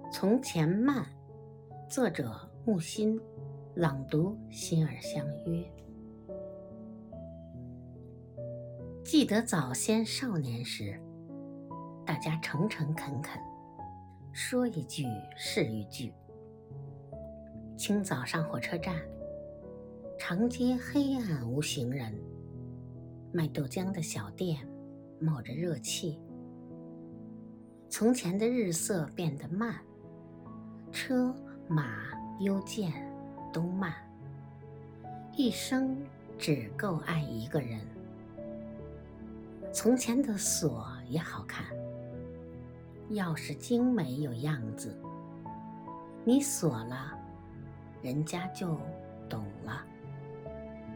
从前慢，作者木心，朗读心儿相约。记得早先少年时，大家诚诚恳恳，说一句是一句。清早上火车站，长街黑暗无行人，卖豆浆的小店冒着热气。从前的日色变得慢，车马邮件都慢，一生只够爱一个人。从前的锁也好看，钥匙精美有样子，你锁了，人家就懂了。